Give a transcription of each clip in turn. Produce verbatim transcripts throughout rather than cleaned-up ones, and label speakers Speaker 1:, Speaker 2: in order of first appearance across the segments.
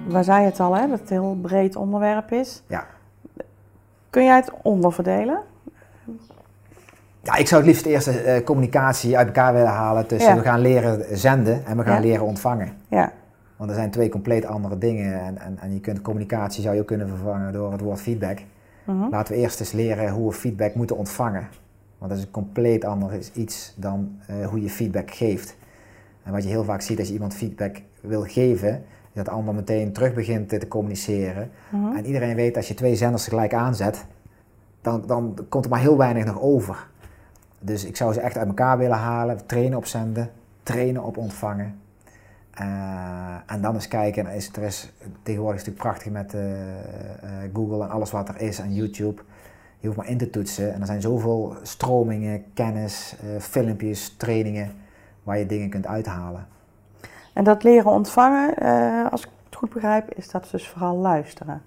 Speaker 1: we zeiden het al, hè, dat het een heel breed onderwerp is.
Speaker 2: Ja.
Speaker 1: Kun jij het onderverdelen?
Speaker 2: Ja, ik zou het liefst eerst uh, communicatie uit elkaar willen halen tussen ja. we gaan leren zenden en we gaan ja. leren ontvangen.
Speaker 1: Ja.
Speaker 2: Want er zijn twee compleet andere dingen en, en, en je kunt communicatie zou je ook kunnen vervangen door het woord feedback. Uh-huh. Laten we eerst eens leren hoe we feedback moeten ontvangen. Want dat is een compleet ander iets dan uh, hoe je feedback geeft. En wat je heel vaak ziet als je iemand feedback wil geven, is dat de ander meteen terug begint te communiceren. Uh-huh. En iedereen weet als je twee zenders tegelijk aanzet, dan, dan komt er maar heel weinig nog over. Dus ik zou ze echt uit elkaar willen halen, trainen op zenden, trainen op ontvangen. Uh, en dan eens kijken, is, er is tegenwoordig is het natuurlijk prachtig met uh, uh, Google en alles wat er is en YouTube. Je hoeft maar in te toetsen en er zijn zoveel stromingen, kennis, uh, filmpjes, trainingen waar je dingen kunt uithalen.
Speaker 1: En dat leren ontvangen, uh, als ik het goed begrijp, is dat dus vooral luisteren?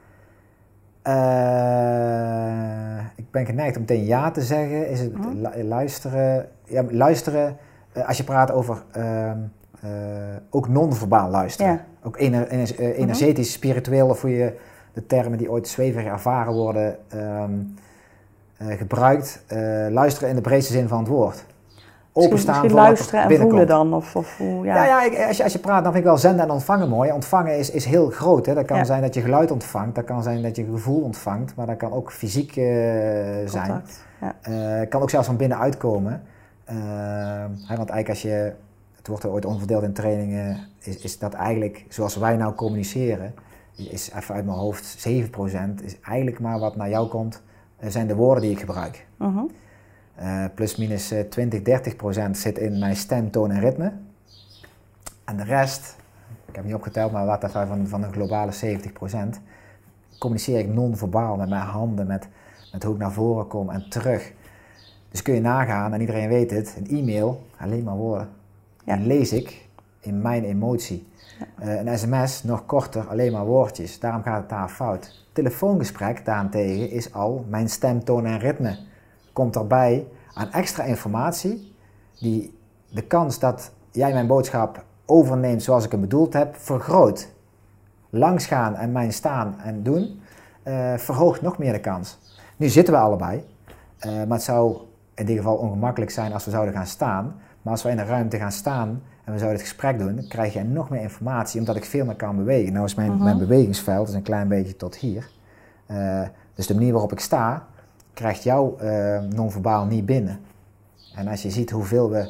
Speaker 2: Uh, ik ben geneigd om meteen ja te zeggen. Is het hm? luisteren? Ja, luisteren, uh, als je praat over uh, uh, ook non-verbaal luisteren. Ja. Ook ener, ener, uh, energetisch, hm? spiritueel, of hoe je de termen die ooit zweverig ervaren worden um, uh, gebruikt. Uh, luisteren in de breedste zin van het woord.
Speaker 1: Openstaan misschien voor luisteren en voelen dan? Of, of hoe, ja,
Speaker 2: ja, ja ik, als, je, als je praat, dan vind ik wel zenden en ontvangen mooi. Ontvangen is, is heel groot. Hè. Dat kan ja. zijn dat je geluid ontvangt, dat kan zijn dat je gevoel ontvangt, maar dat kan ook fysiek uh, zijn. Ja. Uh, kan ook zelfs van binnenuit komen. Uh, hè, want eigenlijk als je, het wordt er ooit onverdeeld in trainingen, is, is dat eigenlijk zoals wij nou communiceren, is even uit mijn hoofd zeven procent, is eigenlijk maar wat naar jou komt, uh, zijn de woorden die ik gebruik. Uh-huh. Uh, plus minus uh, twintig, dertig procent zit in mijn stem, toon en ritme. En de rest, ik heb niet opgeteld, maar laat even van, van een globale zeventig procent, communiceer ik non-verbaal met mijn handen, met, met hoe ik naar voren kom en terug. Dus kun je nagaan, en iedereen weet het, een e-mail, alleen maar woorden. Ja. Die lees ik in mijn emotie. Ja. Uh, een sms, nog korter, alleen maar woordjes. Daarom gaat het daar fout. Telefoongesprek daarentegen is al mijn stem, toon en ritme. Komt erbij aan extra informatie die de kans dat jij mijn boodschap overneemt zoals ik hem bedoeld heb, vergroot. Langsgaan en mijn staan en doen uh, verhoogt nog meer de kans. Nu zitten we allebei, uh, maar het zou in dit geval ongemakkelijk zijn als we zouden gaan staan. Maar als we in een ruimte gaan staan en we zouden het gesprek doen, dan krijg je nog meer informatie omdat ik veel meer kan bewegen. Nou is mijn, uh-huh. mijn bewegingsveld is een klein beetje tot hier. Uh, dus de manier waarop ik sta, krijgt jouw uh, non-verbaal niet binnen. En als je ziet hoeveel we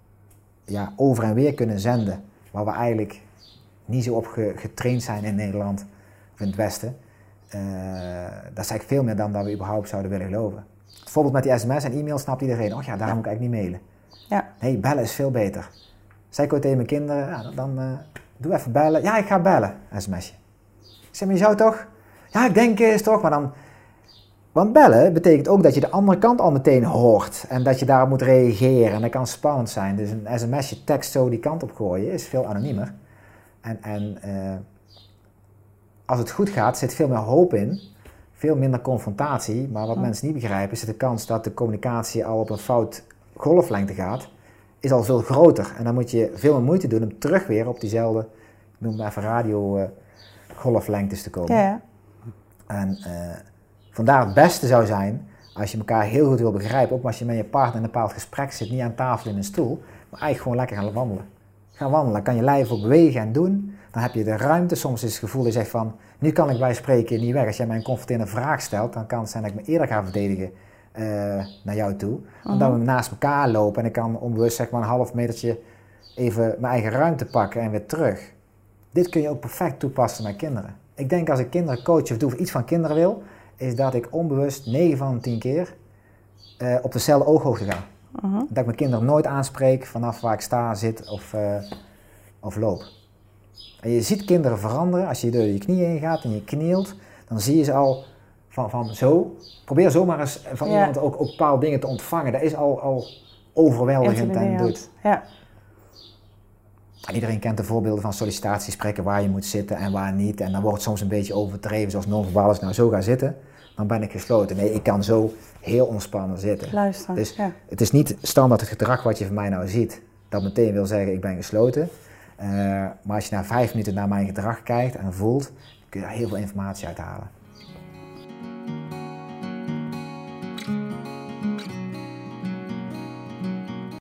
Speaker 2: ja, over en weer kunnen zenden, waar we eigenlijk niet zo op ge, getraind zijn in Nederland of in het Westen, uh, dat is eigenlijk veel meer dan dat we überhaupt zouden willen geloven. Bijvoorbeeld met die sms en e-mail snapt iedereen, oh ja, daarom moet ik eigenlijk niet mailen. Ja. Nee, bellen is veel beter. Zeg ik ooit tegen mijn kinderen, ja, dan uh, doe even bellen. Ja, ik ga bellen, sms'je. Ik zeg, maar je zou toch? Ja, ik denk is toch, maar dan... Want bellen betekent ook dat je de andere kant al meteen hoort en dat je daarop moet reageren en dat kan spannend zijn. Dus een sms'je tekst zo die kant op gooien is veel anoniemer. En, en uh, als het goed gaat zit veel meer hoop in, veel minder confrontatie. Maar wat oh. mensen niet begrijpen is dat de kans dat de communicatie al op een fout golflengte gaat, is al veel groter. En dan moet je veel meer moeite doen om terug weer op diezelfde, ik noem maar even radio uh, golflengtes te komen. Ja. En... Uh, Vandaar het beste zou zijn, als je elkaar heel goed wil begrijpen, ook als je met je partner in een bepaald gesprek zit, niet aan tafel in een stoel, maar eigenlijk gewoon lekker gaan wandelen. Ga wandelen, kan je lijf ook bewegen en doen, dan heb je de ruimte. Soms is het gevoel dat je zegt van, nu kan ik bij spreken niet weg. Als jij mij een confronterende vraag stelt, dan kan het zijn dat ik me eerder ga verdedigen uh, naar jou toe. Uh-huh. Dan dat we naast elkaar lopen en ik kan onbewust zeg maar een half metertje even mijn eigen ruimte pakken en weer terug. Dit kun je ook perfect toepassen met kinderen. Ik denk als ik kinderen coach of doe of iets van kinderen wil, is dat ik onbewust negen van de tien keer uh, op dezelfde ooghoogte ga. Uh-huh. Dat ik mijn kinderen nooit aanspreek vanaf waar ik sta, zit of, uh, of loop. En je ziet kinderen veranderen als je door je knieën heen gaat en je knielt. Dan zie je ze al van, van zo. Probeer zomaar eens van ja. iemand ook, ook bepaalde dingen te ontvangen. Dat is al, al overweldigend en doet. Ja. En iedereen kent de voorbeelden van sollicitatiegesprekken waar je moet zitten en waar niet. En dan wordt het soms een beetje overdreven, zoals non-verbaal, als ik nou zo ga zitten, dan ben ik gesloten. Nee, ik kan zo heel ontspannen zitten.
Speaker 1: Luister,
Speaker 2: dus
Speaker 1: ja.
Speaker 2: het is niet standaard het gedrag wat je van mij nou ziet, dat meteen wil zeggen ik ben gesloten. Uh, maar als je na vijf minuten naar mijn gedrag kijkt en voelt, kun je daar heel veel informatie uit halen.